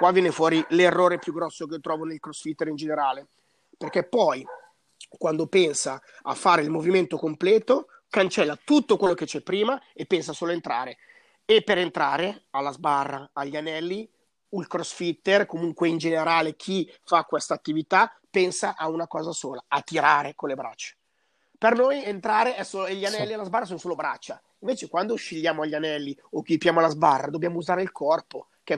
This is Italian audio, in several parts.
qua viene fuori l'errore più grosso che trovo nel crossfitter in generale, perché poi quando pensa a fare il movimento completo cancella tutto quello che c'è prima e pensa solo a entrare, e per entrare alla sbarra, agli anelli, il crossfitter, comunque in generale chi fa questa attività, pensa a una cosa sola: a tirare con le braccia. Per noi entrare è solo, e gli anelli alla sbarra sono solo braccia. Invece quando scegliamo gli anelli o chipiamo la sbarra dobbiamo usare il corpo, che è...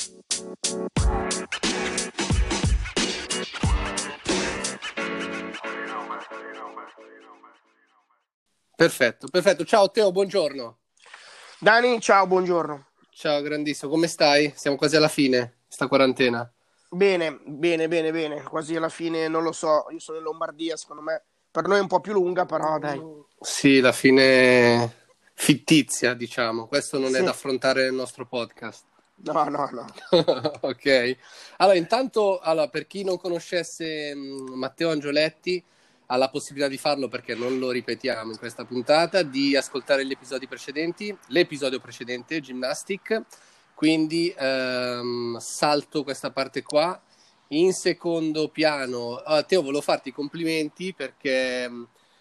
Perfetto. Ciao Teo, buongiorno. Dani, ciao, buongiorno. Ciao, grandissimo, come stai? Siamo quasi alla fine, sta quarantena. Bene, quasi alla fine, non lo so, io sono in Lombardia, secondo me per noi è un po' più lunga, però dai. Sì, la fine fittizia, diciamo. Questo non è Sì. da affrontare nel nostro podcast. No. Ok. Allora, intanto, per chi non conoscesse Matteo Angioletti, ha la possibilità di farlo, perché non lo ripetiamo in questa puntata, di ascoltare gli episodi precedenti, l'episodio precedente, Gymnastic. Quindi salto questa parte qua. In secondo piano, Teo, volevo farti i complimenti perché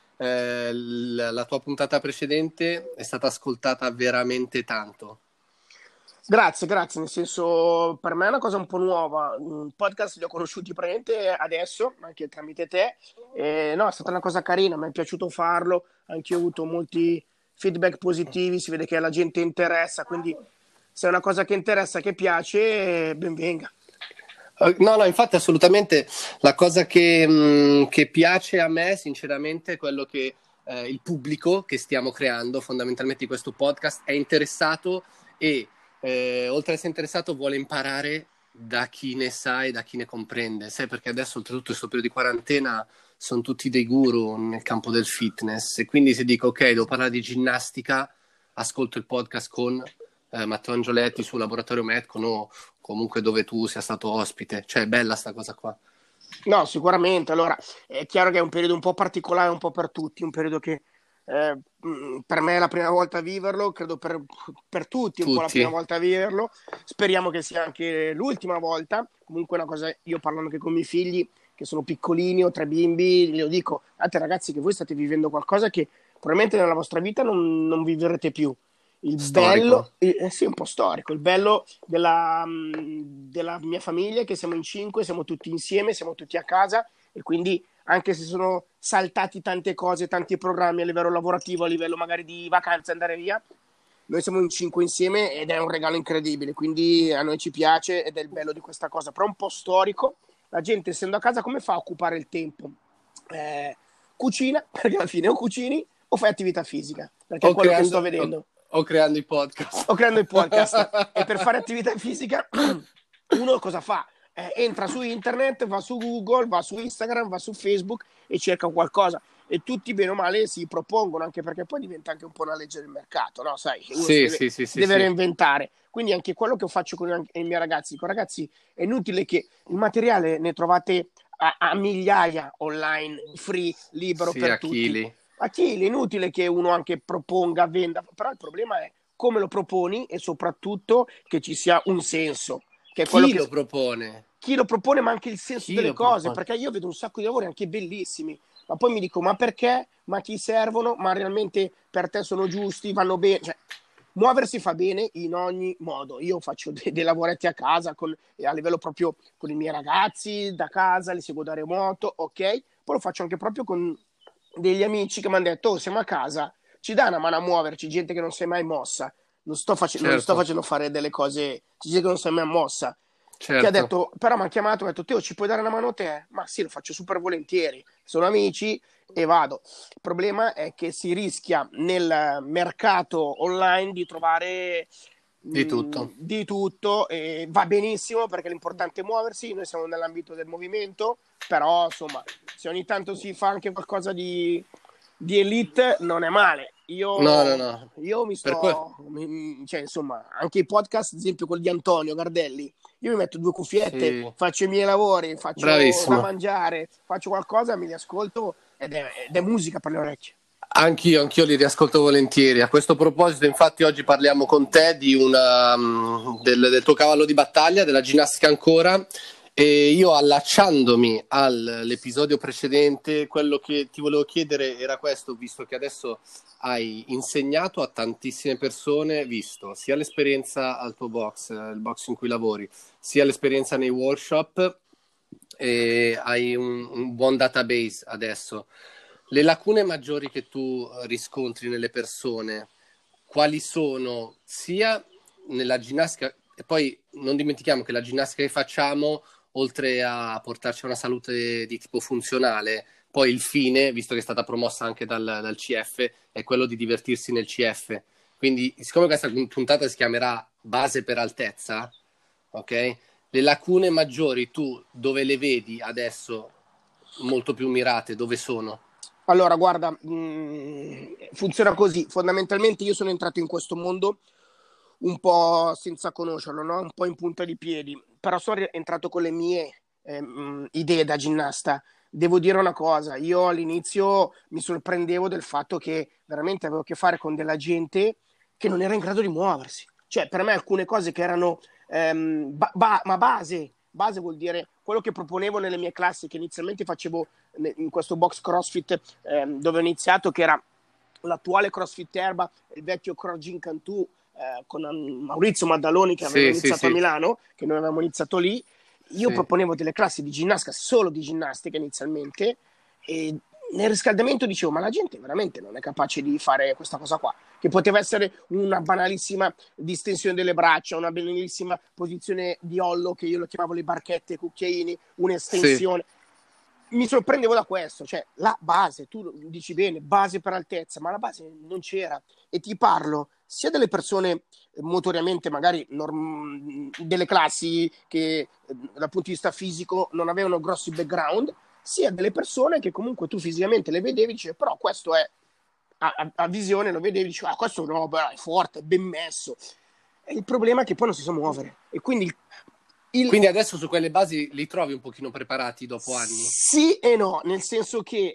la tua puntata precedente è stata ascoltata veramente tanto. Grazie, nel senso, per me è una cosa un po' nuova. Un podcast li ho conosciuti praticamente adesso, anche tramite te. No, è stata una cosa carina, mi è piaciuto farlo, anche io ho avuto molti feedback positivi, si vede che la gente interessa, quindi se è una cosa che interessa, che piace, ben venga. No, infatti assolutamente la cosa che piace a me sinceramente è quello che il pubblico che stiamo creando fondamentalmente di questo podcast è interessato e oltre ad essere interessato vuole imparare da chi ne sa e da chi ne comprende. Sai, perché adesso oltretutto in questo periodo di quarantena sono tutti dei guru nel campo del fitness, e quindi se dico ok, devo parlare di ginnastica, ascolto il podcast con Matteo Angioletti su Laboratorio Metcon o comunque dove tu sia stato ospite. Cioè è bella sta cosa qua. No, sicuramente. Allora, è chiaro che è un periodo un po' particolare, un po' per tutti, un periodo che per me è la prima volta a viverlo, credo per tutti è un po' la prima Tutti. volta a viverlo, speriamo che sia anche l'ultima volta. Comunque una cosa, io parlando anche con i miei figli, che sono piccolini, ho 3 bimbi, glielo dico: guardate ragazzi, che voi state vivendo qualcosa che probabilmente nella vostra vita non vivrete più. Il bello, Storico. sì, un po' storico, il bello della mia famiglia è che siamo in 5, siamo tutti insieme, siamo tutti a casa, e quindi anche se sono saltati tante cose, tanti programmi a livello lavorativo, a livello magari di vacanze, andare via, noi siamo in 5 insieme ed è un regalo incredibile, quindi a noi ci piace ed è il bello di questa cosa, però un po' storico. La gente essendo a casa come fa a occupare il tempo? Cucina, perché alla fine o cucini o fai attività fisica, perché è quello che sto vedendo. O creando i podcast. O creando il podcast. E per fare attività fisica uno cosa fa? Entra su internet, va su Google, va su Instagram, va su Facebook e cerca qualcosa, e tutti bene o male si propongono, anche perché poi diventa anche un po' una legge del mercato, no? Sai, uno Sì. si deve reinventare. Quindi anche quello che faccio con i miei ragazzi, dico: ragazzi, è inutile che il materiale ne trovate a migliaia online, free, libero Sì, per a tutti. chili. A chi è inutile che uno anche proponga, venda, però il problema è come lo proponi e soprattutto che ci sia un senso, che è quello Chi che lo propone? chi lo propone, ma anche il senso Chi delle lo cose, propone? perché io vedo un sacco di lavori anche bellissimi, ma poi mi dico: ma perché? Ma a chi servono? Ma realmente per te sono giusti? Vanno bene? Cioè, muoversi fa bene in ogni modo. Io faccio dei lavoretti a casa a livello proprio con i miei ragazzi da casa, li seguo da remoto, ok? Poi lo faccio anche proprio con degli amici che mi hanno detto: oh, siamo a casa, ci dà una mano a muoverci, gente che non si è mai mossa. Non sto Certo, facendo fare delle cose, gente che non si è mai mossa, che ha certo. detto, però mi ha chiamato e mi ha detto: Teo, ci puoi dare una mano te? Ma sì, lo faccio super volentieri, sono amici e vado. Il problema è che si rischia nel mercato online di trovare Di tutto. di tutto, e va benissimo perché l'importante è muoversi, noi siamo nell'ambito del movimento, però insomma, se ogni tanto si fa anche qualcosa di elite non è male. No. Io mi Per que- sto, cioè insomma, anche i podcast, ad esempio quello di Antonio Gardelli, io mi metto 2 cuffiette, Sì, faccio i miei lavori, faccio da bravissimo. mangiare, faccio qualcosa, mi li ascolto ed è musica per le orecchie. Anch'io li riascolto volentieri. A questo proposito, infatti, oggi parliamo con te di del tuo cavallo di battaglia, della ginnastica ancora. E io, allacciandomi all'episodio precedente, quello che ti volevo chiedere era questo, visto che adesso hai insegnato a tantissime persone, visto sia l'esperienza al tuo box, il box in cui lavori, sia l'esperienza nei workshop, e hai un buon database adesso. Le lacune maggiori che tu riscontri nelle persone, quali sono? Sia nella ginnastica, e poi non dimentichiamo che la ginnastica che facciamo, oltre a portarci a una salute di tipo funzionale, poi il fine, visto che è stata promossa anche dal CF, è quello di divertirsi nel CF. Quindi, siccome questa puntata si chiamerà Base per altezza, ok? Le lacune maggiori tu dove le vedi adesso molto più mirate, dove sono? Allora, guarda, funziona così. Fondamentalmente io sono entrato in questo mondo un po' senza conoscerlo, no? Un po' in punta di piedi, però sono entrato con le mie idee da ginnasta. Devo dire una cosa, io all'inizio mi sorprendevo del fatto che veramente avevo a che fare con della gente che non era in grado di muoversi. Cioè, per me alcune cose che erano ma base vuol dire quello che proponevo nelle mie classi, che inizialmente facevo in questo box CrossFit dove ho iniziato, che era l'attuale CrossFit Erba, il vecchio Cross Cantù, con Maurizio Maddaloni che aveva iniziato a Milano, che noi avevamo iniziato lì. Io proponevo delle classi di ginnastica, solo di ginnastica inizialmente, e nel riscaldamento dicevo, ma la gente veramente non è capace di fare questa cosa qua, che poteva essere una banalissima distensione delle braccia, una bellissima posizione di ollo, che io lo chiamavo le barchette, cucchiaini, un'estensione. Mi sorprendevo da questo, cioè la base, tu dici bene, base per altezza, ma la base non c'era. E ti parlo sia delle persone motoriamente magari delle classi che dal punto di vista fisico non avevano grossi background, sia delle persone che comunque tu fisicamente le vedevi e dicevi, però questo è a visione, lo vedevi e dicevi, questo no, beh, è forte, è ben messo. E il problema è che poi non si sa muovere. E quindi quindi adesso su quelle basi li trovi un pochino preparati dopo anni? Sì e no, nel senso che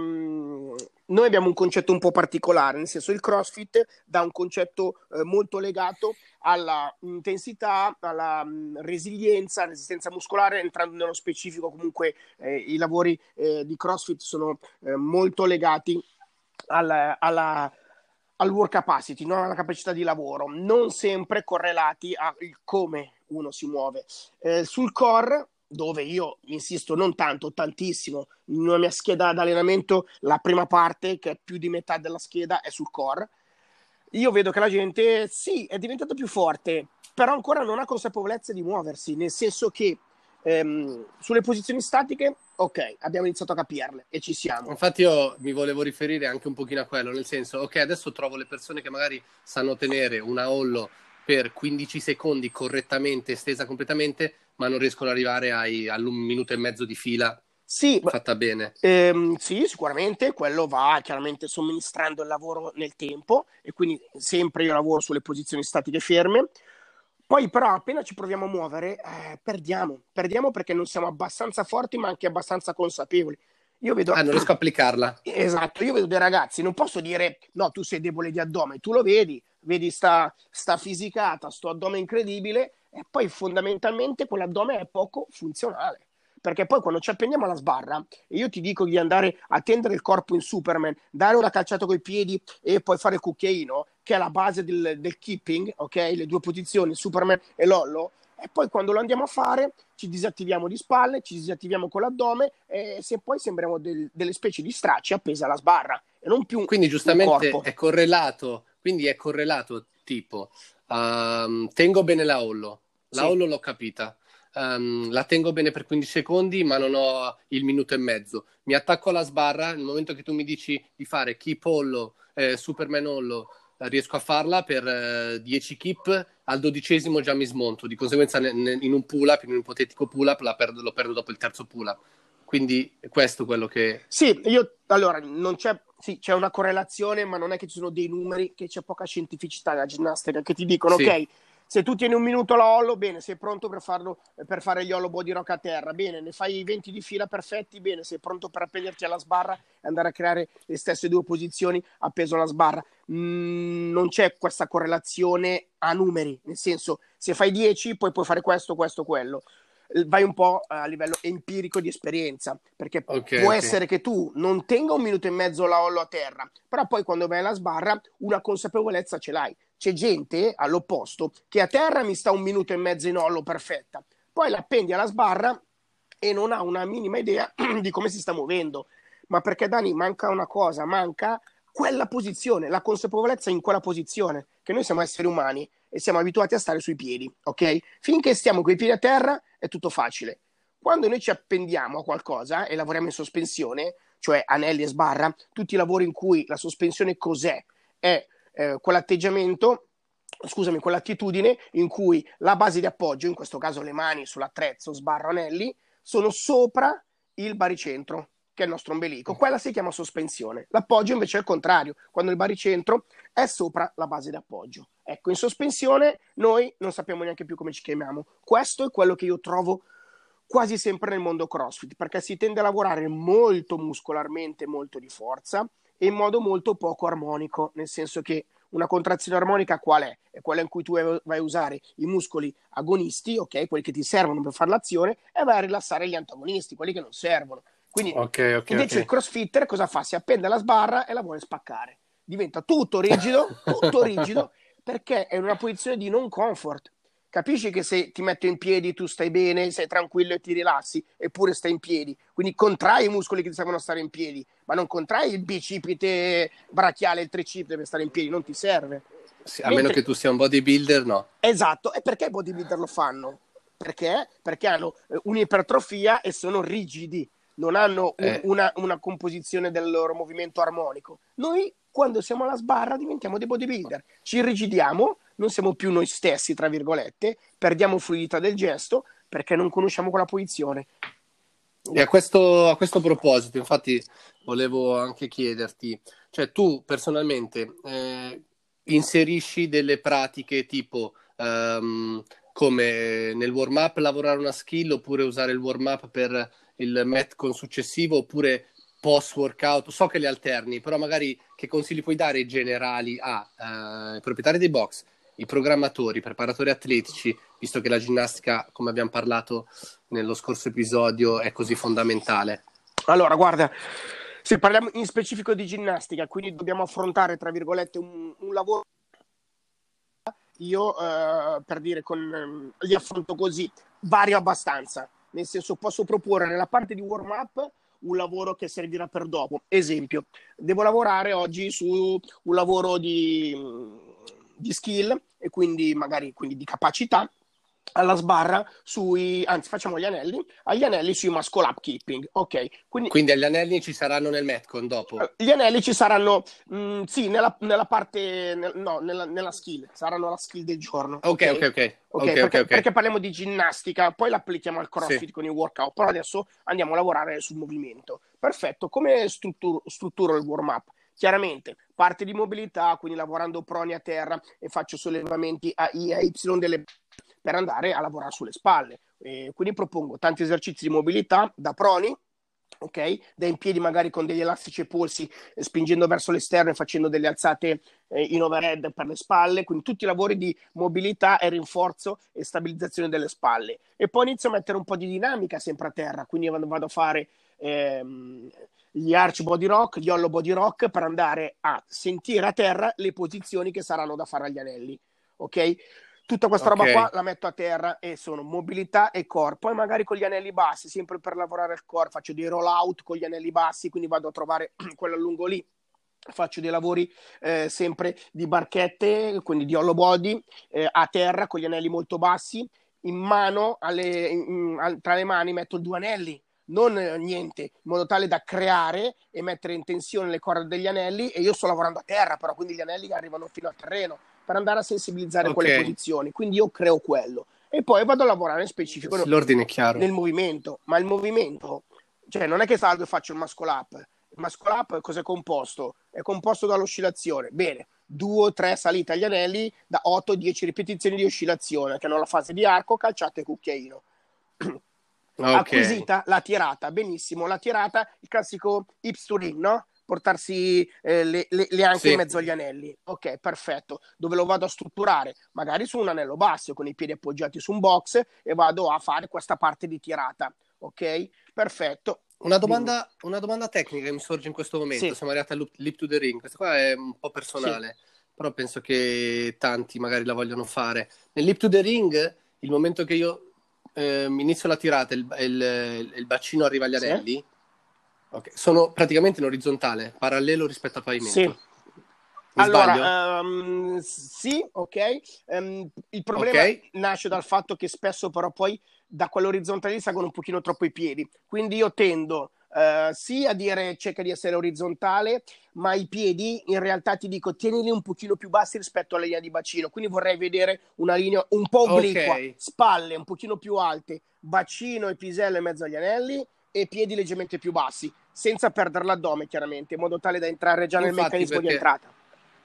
noi abbiamo un concetto un po' particolare, nel senso il CrossFit dà un concetto molto legato alla intensità, alla resilienza, resistenza muscolare. Entrando nello specifico, comunque i lavori di CrossFit sono molto legati al work capacity, non alla capacità di lavoro, non sempre correlati a come uno si muove. Sul core, dove io insisto non tanto, tantissimo, nella mia scheda d'allenamento, la prima parte, che è più di metà della scheda, è sul core. Io vedo che la gente, sì, è diventata più forte, però ancora non ha consapevolezza di muoversi, nel senso che sulle posizioni statiche, ok, abbiamo iniziato a capirle e ci siamo. Infatti io mi volevo riferire anche un pochino a quello, nel senso, ok, adesso trovo le persone che magari sanno tenere una hollow per 15 secondi correttamente, stesa completamente, ma non riescono ad arrivare all'1 minuto e mezzo di fila fatta bene. Sì, sicuramente, quello va chiaramente somministrando il lavoro nel tempo, e quindi sempre io lavoro sulle posizioni statiche ferme. Poi però appena ci proviamo a muovere, perdiamo perché non siamo abbastanza forti, ma anche abbastanza consapevoli. Io vedo... non riesco a applicarla. Esatto, io vedo dei ragazzi, non posso dire no, tu sei debole di addome, tu lo vedi sta fisicata, sto addome incredibile, e poi fondamentalmente quell'addome è poco funzionale. Perché poi quando ci appendiamo alla sbarra e io ti dico di andare a tendere il corpo in Superman, dare una calciata coi piedi e poi fare il cucchiaino, che è la base del keeping, ok? Le due posizioni, Superman e Lollo, e poi quando lo andiamo a fare ci disattiviamo di spalle, ci disattiviamo con l'addome, e se poi sembriamo delle specie di stracci appese alla sbarra e non più quindi giustamente un corpo. è correlato tipo tengo bene la hollow, hollow l'ho capita, la tengo bene per 15 secondi ma non ho il minuto e mezzo, mi attacco alla sbarra, nel momento che tu mi dici di fare keep hollow, Superman hollow, riesco a farla per 10 keep, al 12° già mi smonto, di conseguenza in un pull-up, in un ipotetico pull-up lo perdo dopo il terzo pull-up. Quindi è questo quello che... Sì, allora, non c'è, sì, c'è una correlazione, ma non è che ci sono dei numeri, che c'è poca scientificità nella ginnastica, che ti dicono, ok, Se tu tieni un minuto la hollow, bene, sei pronto per fare gli hollow body rock a terra, bene, ne fai 20 di fila perfetti, bene, sei pronto per appenderti alla sbarra e andare a creare le stesse 2 posizioni appeso alla sbarra. Non c'è questa correlazione a numeri, nel senso, se fai 10 poi puoi fare questo, questo, quello. Vai un po' a livello empirico di esperienza, perché può essere che tu non tenga 1 minuto e mezzo la hollow a terra, però poi quando vai alla sbarra una consapevolezza ce l'hai. C'è gente all'opposto che a terra mi sta 1 minuto e mezzo in hollow perfetta, poi la appendi alla sbarra e non ha una minima idea di come si sta muovendo. Ma perché, Dani, manca una cosa, manca quella posizione, la consapevolezza in quella posizione, che noi siamo esseri umani e siamo abituati a stare sui piedi, ok? Finché stiamo coi piedi a terra è tutto facile. Quando noi ci appendiamo a qualcosa e lavoriamo in sospensione, cioè anelli e sbarra, tutti i lavori in cui la sospensione cos'è? È quell'atteggiamento, scusami, quell'attitudine in cui la base di appoggio, in questo caso le mani sull'attrezzo, sbarro, anelli, sono sopra il baricentro, che è il nostro ombelico. Quella si chiama sospensione. L'appoggio invece è il contrario, quando il baricentro è sopra la base di appoggio. Ecco, in sospensione noi non sappiamo neanche più come ci chiamiamo. Questo è quello che io trovo quasi sempre nel mondo CrossFit, perché si tende a lavorare molto muscolarmente, molto di forza e in modo molto poco armonico, nel senso che una contrazione armonica qual è? È quella in cui tu vai a usare i muscoli agonisti, ok, quelli che ti servono per fare l'azione, e vai a rilassare gli antagonisti, quelli che non servono. Quindi invece il crossfitter cosa fa? Si appende alla sbarra e la vuole spaccare. Diventa tutto rigido, perché è in una posizione di non comfort. Capisci che se ti metto in piedi tu stai bene, sei tranquillo e ti rilassi, eppure stai in piedi. Quindi contrai i muscoli che ti servono a stare in piedi, ma non contrai il bicipite brachiale e il tricipite per stare in piedi, non ti serve. Sì, a meno che tu sia un bodybuilder, no. Esatto, e perché i bodybuilder lo fanno? Perché? Perché hanno un'ipertrofia e sono rigidi, non hanno una composizione del loro movimento armonico. Noi, quando siamo alla sbarra, diventiamo dei bodybuilder, ci irrigidiamo, non siamo più noi stessi, tra virgolette, perdiamo fluidità del gesto perché non conosciamo quella posizione. E a questo proposito, infatti, volevo anche chiederti, cioè tu personalmente inserisci delle pratiche tipo come nel warm-up lavorare una skill, oppure usare il warm-up per il metcon successivo, oppure post-workout? So che le alterni, però magari che consigli puoi dare generali ai proprietari dei box, i programmatori, i preparatori atletici, visto che la ginnastica, come abbiamo parlato nello scorso episodio, è così fondamentale? Allora, guarda, se parliamo in specifico di ginnastica, quindi dobbiamo affrontare, tra virgolette, un lavoro, io per dire, li affronto così, vario abbastanza, nel senso posso proporre nella parte di warm-up un lavoro che servirà per dopo. Esempio, devo lavorare oggi su un lavoro di skill e quindi magari di capacità alla sbarra facciamo agli anelli sui muscle up keeping, ok? Quindi agli anelli ci saranno nel metcon dopo? Gli anelli ci saranno, sì, nella parte, nella skill, saranno la skill del giorno. Perché parliamo di ginnastica, poi l'applichiamo al CrossFit con i workout, però adesso andiamo a lavorare sul movimento. Perfetto, come strutturo il warm-up? Chiaramente parte di mobilità, quindi lavorando proni a terra e faccio sollevamenti a I e a Y per andare a lavorare sulle spalle. Quindi propongo tanti esercizi di mobilità da proni, ok? Da in piedi magari con degli elastici e polsi, spingendo verso l'esterno e facendo delle alzate in overhead per le spalle, quindi tutti i lavori di mobilità e rinforzo e stabilizzazione delle spalle. E poi inizio a mettere un po' di dinamica sempre a terra, quindi vado a fare gli arch body rock, gli hollow body rock, per andare a sentire a terra le posizioni che saranno da fare agli anelli, ok? Tutta questa roba qua la metto a terra e sono mobilità e core. Poi magari con gli anelli bassi, sempre per lavorare il core, faccio dei roll out con gli anelli bassi, quindi vado a trovare quello a lungo lì. Faccio dei lavori sempre di barchette, quindi di hollow body, a terra con gli anelli molto bassi. In mano, tra le mani metto 2 anelli, non niente, in modo tale da creare e mettere in tensione le corde degli anelli, e io sto lavorando a terra, però quindi gli anelli arrivano fino al terreno per andare a sensibilizzare quelle posizioni, quindi io creo quello e poi vado a lavorare in specifico l'ordine è chiaro nel movimento, ma il movimento, cioè non è che salgo e faccio il muscle up. Il muscle up cosa è composto? È composto dall'oscillazione. Bene, 2 o 3 salite agli anelli da 8-10 ripetizioni di oscillazione, che hanno la fase di arco, calciata e cucchiaino. Ok. Acquisita la tirata, benissimo, la tirata, il classico hips to ring, no? Portarsi le anche in Sì, mezzo agli anelli. Ok, perfetto. Dove lo vado a strutturare? Magari su un anello basso, con i piedi appoggiati su un box, e vado a fare questa parte di tirata. Ok, perfetto. Dimmi. una domanda tecnica che mi sorge in questo momento. Sì, Siamo arrivati al Leap to the Ring. Questa qua è un po' sì, personale, però penso che tanti magari la vogliono fare. Nel Leap to the Ring, il momento che io inizio la tirata, il bacino arriva agli sì, anelli, ok, sono praticamente in orizzontale, parallelo rispetto al sì. pavimento. Mi sbaglio? Allora, sì, ok. Il Ok? problema nasce dal fatto che spesso però poi da quell'orizzontale salgono un pochino troppo i piedi. Quindi io tendo sì a dire cerca di essere orizzontale, ma i piedi in realtà ti dico tienili un pochino più bassi rispetto alla linea di bacino. Quindi vorrei vedere una linea un po' Ok. obliqua, spalle un pochino più alte, bacino e pisello in mezzo agli anelli e piedi leggermente più bassi, senza perdere l'addome chiaramente, in modo tale da entrare già nel Infatti meccanismo di perché entrata.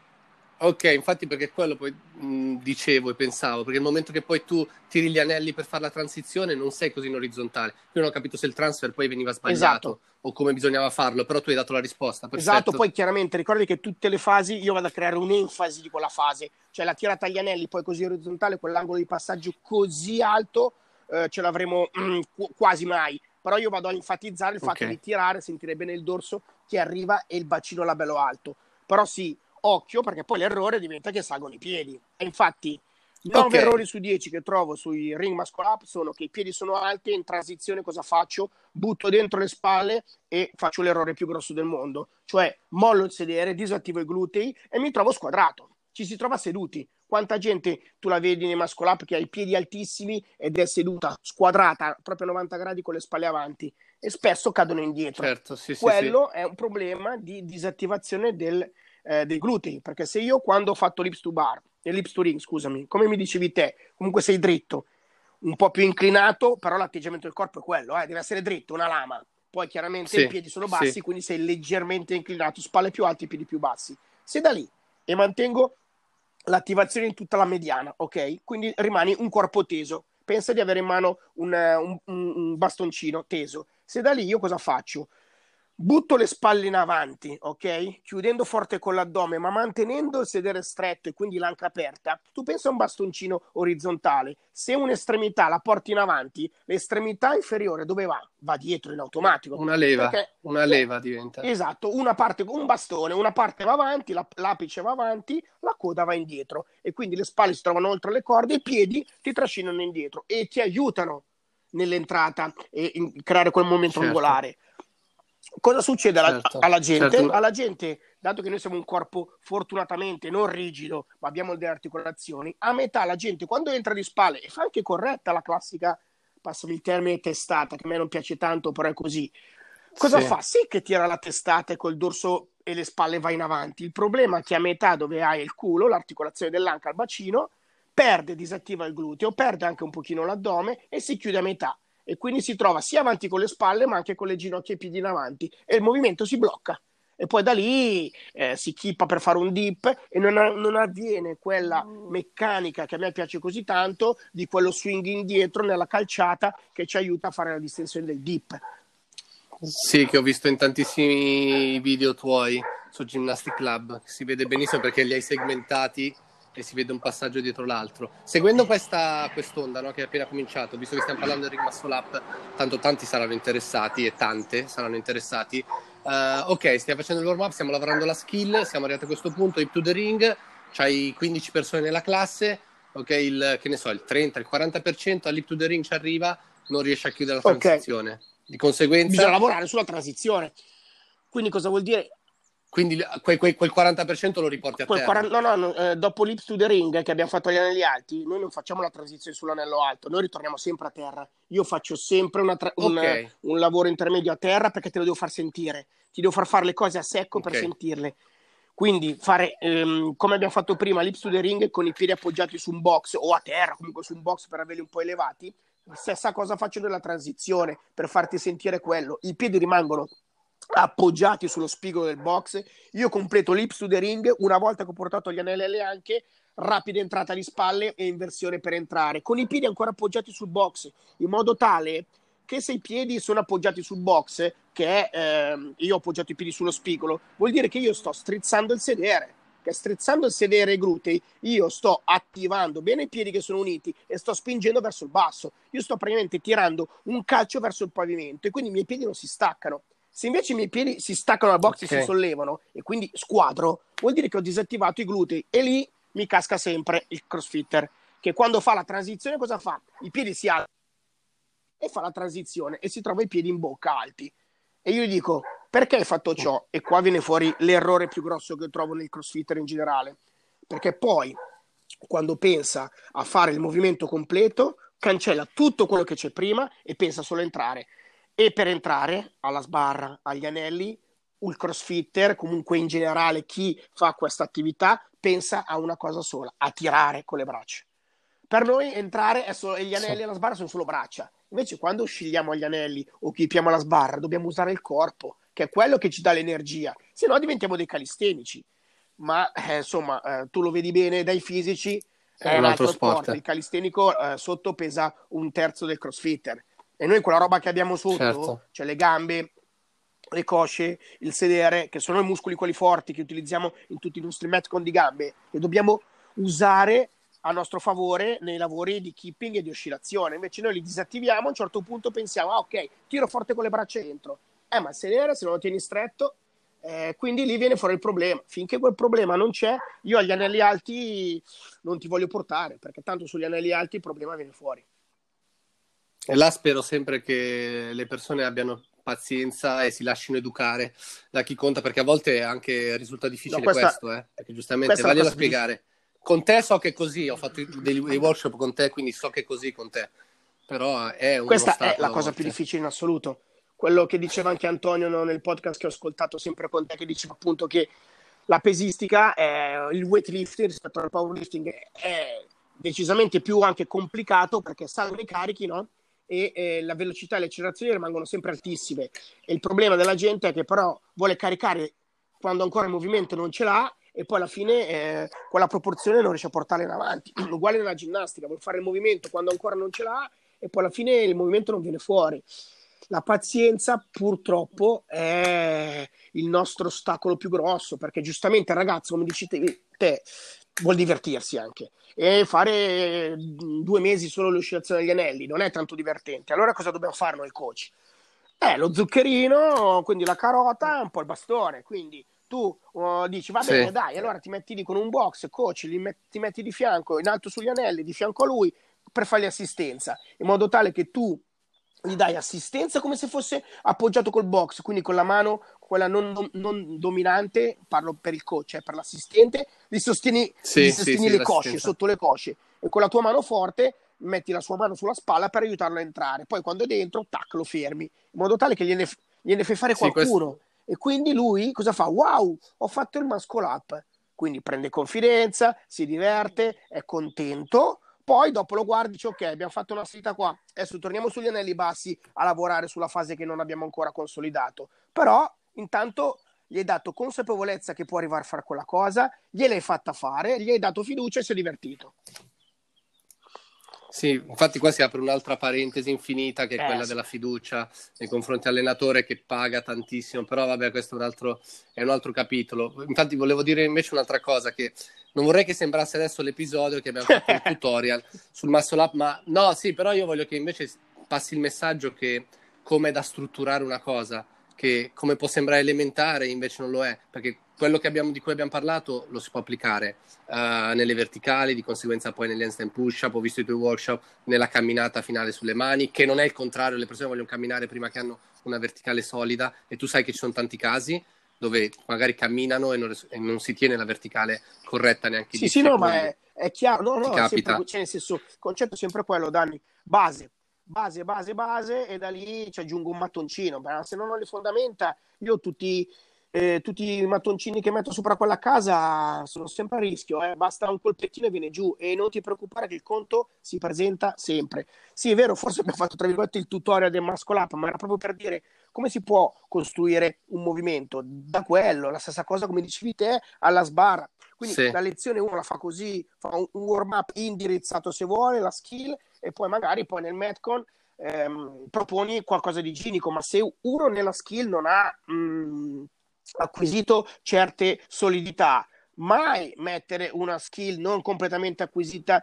Ok, infatti perché quello poi dicevo e pensavo, perché il momento che poi tu tiri gli anelli per fare la transizione non sei così in orizzontale. Io non ho capito se il transfer poi veniva Esatto, sbagliato o come bisognava farlo, però tu hai dato la risposta, esatto. perfetto. Poi chiaramente ricordi che tutte le fasi io vado a creare un'enfasi di quella fase, cioè la tirata agli anelli, poi così orizzontale, quell'angolo di passaggio così alto ce l'avremo quasi mai. Però io vado a enfatizzare il Ok, fatto di tirare, sentire bene il dorso che arriva e il bacino là bello alto. Però sì, occhio perché poi l'errore diventa che salgono i piedi. E infatti 9 ok, errori su 10 che trovo sui ring muscle up sono che i piedi sono alti e in transizione cosa faccio? Butto dentro le spalle e faccio l'errore più grosso del mondo, cioè mollo il sedere, disattivo i glutei e mi trovo squadrato. Ci si trova seduti. Quanta gente tu la vedi nei muscle up che ha i piedi altissimi ed è seduta squadrata proprio a 90 gradi con le spalle avanti e spesso cadono indietro. certo, sì, sì, sì. Quello è un problema di disattivazione dei glutei, perché se io quando ho fatto l'ips to bar, l'ips to ring, scusami, come mi dicevi te, comunque sei dritto, un po' più inclinato, però l'atteggiamento del corpo è quello, deve essere dritto, una lama. Poi chiaramente i Sì, piedi sono sì, bassi, quindi sei leggermente inclinato, spalle più alte, piedi più bassi. Se da lì e mantengo l'attivazione in tutta la mediana, ok? Quindi rimani un corpo teso. Pensa di avere in mano un bastoncino teso. Se da lì io cosa faccio? Butto le spalle in avanti, ok? Chiudendo forte con l'addome, ma mantenendo il sedere stretto e quindi l'anca aperta. Tu pensa a un bastoncino orizzontale. Se un'estremità la porti in avanti, l'estremità inferiore dove va? Va dietro in automatico. Perché una leva diventa. esatto, una parte con un bastone, una parte va avanti, l'apice va avanti, la coda va indietro e quindi le spalle si trovano oltre le corde, i piedi ti trascinano indietro e ti aiutano nell'entrata e in creare quel momento Certo, angolare. Cosa succede certo, alla gente? certo. Alla gente, dato che noi siamo un corpo fortunatamente non rigido, ma abbiamo delle articolazioni, a metà la gente quando entra di spalle e fa anche corretta la classica, passami il termine, testata, che a me non piace tanto, però è così. Cosa Sì, fa? Sì che tira la testata e col dorso e le spalle va in avanti. Il problema è che a metà dove hai il culo, l'articolazione dell'anca al bacino, perde, disattiva il gluteo, perde anche un pochino l'addome e si chiude a metà e quindi si trova sia avanti con le spalle ma anche con le ginocchia e i piedi in avanti e il movimento si blocca e poi da lì si chippa per fare un dip e non avviene quella meccanica che a me piace così tanto di quello swing indietro nella calciata che ci aiuta a fare la distensione del dip. sì, che ho visto in tantissimi video tuoi su Gymnastic Club. Si vede benissimo perché li hai segmentati e si vede un passaggio dietro l'altro. Seguendo quest'onda, no, che è appena cominciato, visto che stiamo parlando del Ring Muscle Up, tanto tanti saranno interessati e tante saranno interessati. Ok, stiamo facendo il warm-up, stiamo lavorando la skill, siamo arrivati a questo punto, hip to the ring, c'hai 15 persone nella classe, ok, che ne so, il 30, il 40% all'hip to the ring ci arriva, non riesce a chiudere la Ok, transizione. Di bisogna conseguenza, lavorare sulla transizione. Quindi cosa vuol dire? quindi quel 40% lo riporti a terra. Dopo l'Ips to the Ring che abbiamo fatto agli anelli alti, noi non facciamo la transizione sull'anello alto, noi ritorniamo sempre a terra. Io faccio sempre Ok, un lavoro intermedio a terra perché te lo devo far sentire, ti devo far fare le cose a secco per ok, sentirle. Quindi fare come abbiamo fatto prima l'Ips to the Ring con i piedi appoggiati su un box o a terra, comunque su un box per averli un po' elevati. Stessa cosa faccio nella transizione per farti sentire quello. I piedi rimangono appoggiati sullo spigolo del box. Io completo l'ips to the ring, una volta che ho portato gli anelli alle anche, rapida entrata di spalle e inversione per entrare, con i piedi ancora appoggiati sul box, in modo tale che se i piedi sono appoggiati sul box, che è io ho appoggiato i piedi sullo spigolo, vuol dire che io sto strizzando il sedere, che strizzando il sedere e i glutei io sto attivando bene i piedi che sono uniti e sto spingendo verso il basso. Io sto praticamente tirando un calcio verso il pavimento e quindi i miei piedi non si staccano. Se invece i miei piedi si staccano dal box e si sollevano e quindi squadro, vuol dire che ho disattivato i glutei e lì mi casca sempre il crossfitter, che quando fa la transizione cosa fa? I piedi si alzano e fa la transizione e si trova i piedi in bocca alti. E io gli dico, perché hai fatto ciò? E qua viene fuori l'errore più grosso che trovo nel crossfitter in generale. Perché poi, quando pensa a fare il movimento completo, cancella tutto quello che c'è prima e pensa solo a entrare. E per entrare alla sbarra, agli anelli, il crossfitter, comunque in generale chi fa questa attività, pensa a una cosa sola, a tirare con le braccia. Per noi entrare e gli anelli alla sbarra sono solo braccia. Invece quando scegliamo gli anelli o chipiamo la sbarra dobbiamo usare il corpo, che è quello che ci dà l'energia, se no diventiamo dei calistenici. Ma insomma, tu lo vedi bene dai fisici, è un altro sport. Il calistenico sotto pesa un terzo del crossfitter. E noi quella roba che abbiamo sotto, cioè le gambe, le cosce, il sedere, che sono i muscoli quelli forti che utilizziamo in tutti i nostri metcon di gambe, che dobbiamo usare a nostro favore nei lavori di keeping e di oscillazione. Invece noi li disattiviamo, a un certo punto pensiamo, ok, tiro forte con le braccia dentro. Ma il sedere se non lo tieni stretto, quindi lì viene fuori il problema. Finché quel problema non c'è, io agli anelli alti non ti voglio portare, perché tanto sugli anelli alti il problema viene fuori. E là spero sempre che le persone abbiano pazienza e si lasciano educare da chi conta, perché a volte anche risulta difficile questo, perché giustamente vaglielo a spiegare. Con te so che è così, ho fatto dei workshop con te, quindi so che è così con te, però è un Questa è la cosa più difficile in assoluto. Quello che diceva anche Antonio nel podcast che ho ascoltato sempre con te, che diceva appunto che la pesistica, il weightlifting rispetto al powerlifting è decisamente più anche complicato perché salgono i carichi, no? E la velocità e le accelerazioni rimangono sempre altissime. E il problema della gente è che però vuole caricare quando ancora il movimento non ce l'ha e poi alla fine quella proporzione non riesce a portarla in avanti. Uguale nella ginnastica, vuole fare il movimento quando ancora non ce l'ha e poi alla fine il movimento non viene fuori. La pazienza purtroppo è il nostro ostacolo più grosso, perché giustamente il ragazzo, come dici te, vuol divertirsi anche, e fare 2 mesi solo le oscillazioni degli anelli non è tanto divertente. Allora cosa dobbiamo fare noi coach? Lo zuccherino, quindi la carota, un po' il bastone, quindi tu dici va bene, dai, allora ti metti lì con un box, coach, ti metti di fianco, in alto sugli anelli, di fianco a lui, per fargli assistenza, in modo tale che tu gli dai assistenza come se fosse appoggiato col box, quindi con la mano, quella non dominante, parlo per il coach, per l'assistente, gli sostieni le cosce, sotto le cosce, e con la tua mano forte metti la sua mano sulla spalla per aiutarlo a entrare, poi quando è dentro, tac, lo fermi, in modo tale che gliene fai fare qualcuno, e quindi lui cosa fa? Wow, ho fatto il muscle up, quindi prende confidenza, si diverte, è contento. Poi dopo lo guardi e dici ok, abbiamo fatto una salita qua, adesso torniamo sugli anelli bassi a lavorare sulla fase che non abbiamo ancora consolidato. Però intanto gli hai dato consapevolezza che può arrivare a fare quella cosa, gliel'hai fatta fare, gli hai dato fiducia e si è divertito. Sì, infatti qua si apre un'altra parentesi infinita che è quella della fiducia nei confronti dell'allenatore che paga tantissimo, però vabbè, questo è un altro capitolo. Infatti volevo dire invece un'altra cosa, che non vorrei che sembrasse adesso l'episodio che abbiamo fatto un tutorial sul muscle up, ma no, sì, però io voglio che invece passi il messaggio che come è da strutturare una cosa, che come può sembrare elementare invece non lo è, perché quello di cui abbiamo parlato lo si può applicare nelle verticali, di conseguenza poi negli handstand push-up, ho visto i tuoi workshop, nella camminata finale sulle mani, che non è il contrario, le persone vogliono camminare prima che hanno una verticale solida, e tu sai che ci sono tanti casi dove magari camminano e non si tiene la verticale corretta neanche 10 secondi. No, ma è chiaro, no, sempre, cioè nel senso, il concetto è sempre quello, Dani, base, e da lì ci aggiungo un mattoncino, se non ho le fondamenta, io tutti tutti i mattoncini che metto sopra quella casa sono sempre a rischio, basta un colpettino e viene giù, e non ti preoccupare che il conto si presenta sempre. Sì, è vero, forse abbiamo fatto tra virgolette il tutorial del muscle up, ma era proprio per dire come si può costruire un movimento da quello, la stessa cosa come dicevi te, alla sbarra. Quindi Sì. la lezione uno la fa così, fa un warm up indirizzato se vuole, la skill, e poi magari poi nel Metcon proponi qualcosa di ginico, ma se uno nella skill non ha acquisito certe solidità, mai mettere una skill non completamente acquisita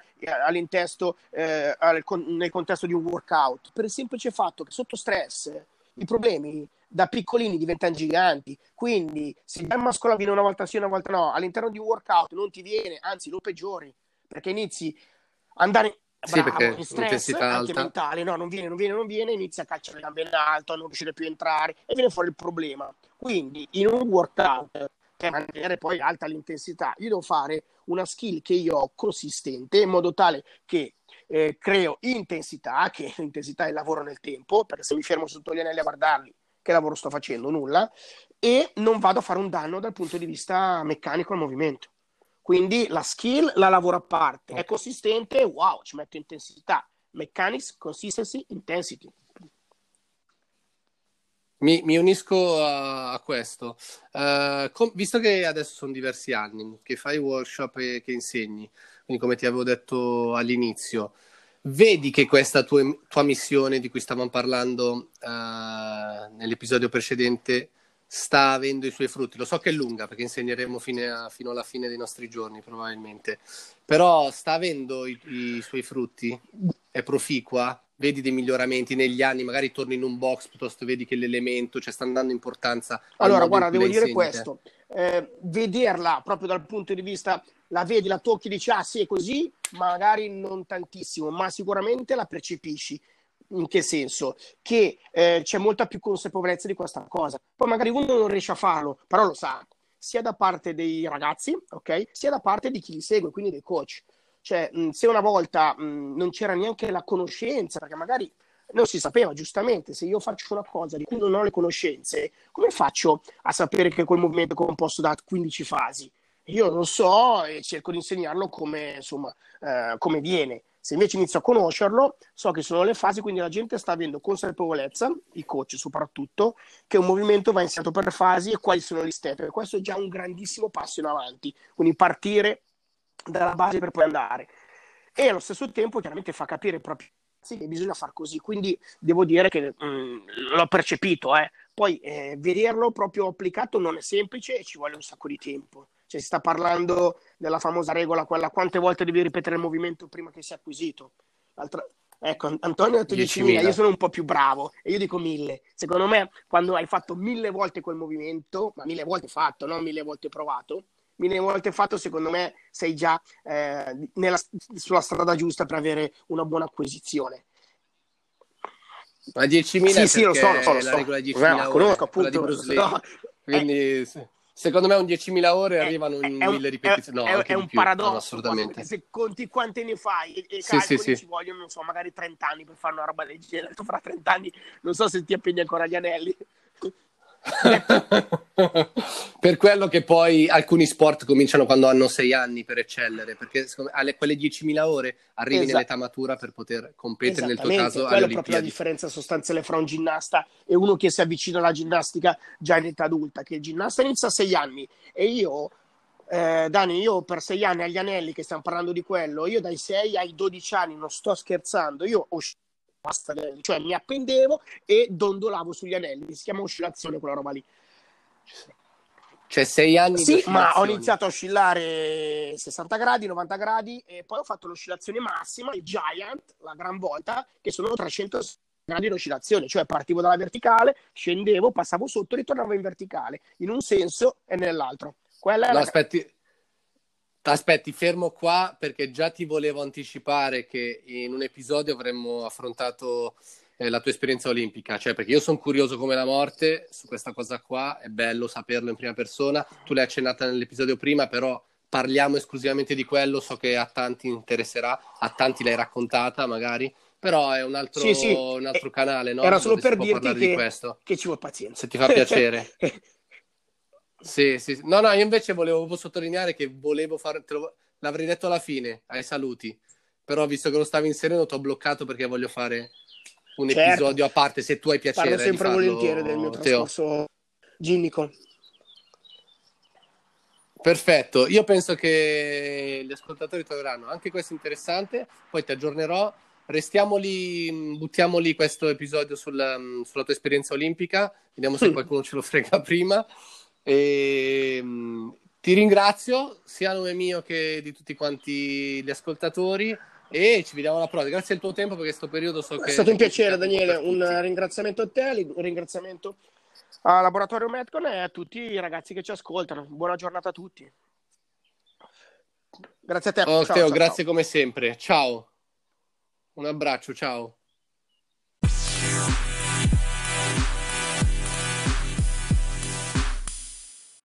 nel contesto di un workout, per il semplice fatto che sotto stress i problemi da piccolini diventano giganti. Quindi se il muscolo viene una volta sì una volta no, all'interno di un workout non ti viene, anzi lo peggiori, perché inizi a andare Sì, bravo in perché stress intensità anche alta. mentale, no, non viene, inizia a calciare le gambe in alto, a non riuscire più a entrare e viene fuori il problema. Quindi in un workout, per mantenere poi alta l'intensità, io devo fare una skill che io ho consistente, in modo tale che creo intensità, che l'intensità è il lavoro nel tempo, perché se mi fermo sotto gli anelli a guardarli, che lavoro sto facendo? Nulla. E non vado a fare un danno dal punto di vista meccanico al movimento. Quindi la skill la lavoro a parte, è consistente, wow, ci metto intensità. Mechanics, consistency, intensity. Mi unisco a questo. Visto che adesso sono diversi anni che fai workshop e che insegni, quindi come ti avevo detto all'inizio, vedi che questa tua missione di cui stavamo parlando nell'episodio precedente sta avendo i suoi frutti. Lo so che è lunga perché insegneremo fino alla fine dei nostri giorni probabilmente, però sta avendo i suoi frutti? È proficua? Vedi dei miglioramenti negli anni, magari torni in un box piuttosto vedi che l'elemento, cioè sta dando importanza al Allora, modo in guarda, cui la devo dire insegni te. questo, vederla proprio dal punto di vista, la vedi, la tocchi, dici, ah sì, è così, magari non tantissimo, ma sicuramente la percepisci. In che senso? Che c'è molta più consapevolezza di questa cosa. Poi magari uno non riesce a farlo, però lo sa, sia da parte dei ragazzi, ok? Sia da parte di chi li segue, quindi dei coach. Cioè, se una volta non c'era neanche la conoscenza, perché magari non si sapeva, giustamente, se io faccio una cosa di cui non ho le conoscenze, come faccio a sapere che quel movimento è composto da 15 fasi? Io non so e cerco di insegnarlo come, insomma, come viene. Se invece inizio a conoscerlo, so che sono le fasi, quindi la gente sta avendo consapevolezza, i coach soprattutto, che un movimento va insegnato per fasi e quali sono gli step. E questo è già un grandissimo passo in avanti. Quindi partire dalla base per poi andare. E allo stesso tempo chiaramente fa capire proprio che bisogna far così. Quindi devo dire che l'ho percepito. Poi vederlo proprio applicato non è semplice e ci vuole un sacco di tempo. Cioè, si sta parlando della famosa regola, quella quante volte devi ripetere il movimento prima che sia acquisito. Ecco, Antonio ha detto 10.000, io 10.000. sono un po' più bravo e io dico 1.000. Secondo me, quando hai fatto 1.000 volte quel movimento, ma 1.000 volte fatto, non 1.000 volte provato, 1.000 volte fatto, secondo me sei già sulla strada giusta per avere una buona acquisizione. Ma 10.000 Sì, è sì, lo so, lo so, perché lo la so. regola è La 10.000 conosco ore, quella di appunto. Bruce Lee. No, è, Quindi secondo me un 10.000 ore è, arrivano in è un, 1.000 ripetizioni, no, è anche di un più. No, no, paradosso quasi, perché assolutamente. se conti quanti ne fai e Sì, sì, calcoli sì. ci vogliono, non so, magari 30 anni per fare una roba del genere. Tu fra 30 anni non so se ti appendi ancora agli anelli. Per quello che poi alcuni sport cominciano quando hanno 6 anni per eccellere, perché alle quelle 10.000 ore arrivi Esatto. nell'età matura per poter competere, nel tuo Esattamente, caso, alle quella è proprio la Olimpiadi. differenza sostanziale fra un ginnasta e uno che si avvicina alla ginnastica già in età adulta, che il ginnasta inizia a 6 anni e io, Dani, io per 6 anni agli anelli, che stiamo parlando di quello, io dai 6 ai 12 anni, non sto scherzando, io cioè mi appendevo e dondolavo sugli anelli, si chiama oscillazione quella roba lì. Cioè 6 anni di Sì, ma ho oscillazioni. iniziato a oscillare 60 gradi, 90 gradi e poi ho fatto l'oscillazione massima, il Giant, la gran volta, che sono 300 gradi di oscillazione, cioè partivo dalla verticale, scendevo, passavo sotto, ritornavo in verticale, in un senso e nell'altro. Quella è No, la... aspetti, fermo qua perché già ti volevo anticipare che in un episodio avremmo affrontato la tua esperienza olimpica, cioè perché io sono curioso come la morte su questa cosa qua, è bello saperlo in prima persona, tu l'hai accennata nell'episodio prima, però parliamo esclusivamente di quello, so che a tanti interesserà, a tanti l'hai raccontata magari, però è Sì, sì, un altro canale, no? era solo Dove si per può dirti parlare di questo, che ci vuole pazienza. se ti fa piacere. Sì, sì. No, no, io invece volevo sottolineare che volevo fare, l'avrei detto alla fine, ai saluti, però visto che lo stavi inserendo ti ho bloccato perché voglio fare un Certo, episodio a parte, se tu hai parlo piacere di sempre volentieri del mio farlo, Teo. trascorso ginnico. Perfetto, io penso che gli ascoltatori troveranno anche questo interessante, poi ti aggiornerò, restiamo lì, buttiamo lì questo episodio sulla tua esperienza olimpica, vediamo se qualcuno ce lo frega prima. E, ti ringrazio sia a nome mio che di tutti quanti gli ascoltatori e ci vediamo alla prossima. Grazie del tuo tempo perché questo periodo so È che stato è un piacere, complicato un po' Daniele. per Un tutti. ringraziamento a te, un ringraziamento al Laboratorio Medcon e a tutti i ragazzi che ci ascoltano. Buona giornata a tutti. Grazie a te. Oh, Ciao, Teo, ciao, ciao. grazie come sempre. Ciao, un abbraccio, ciao.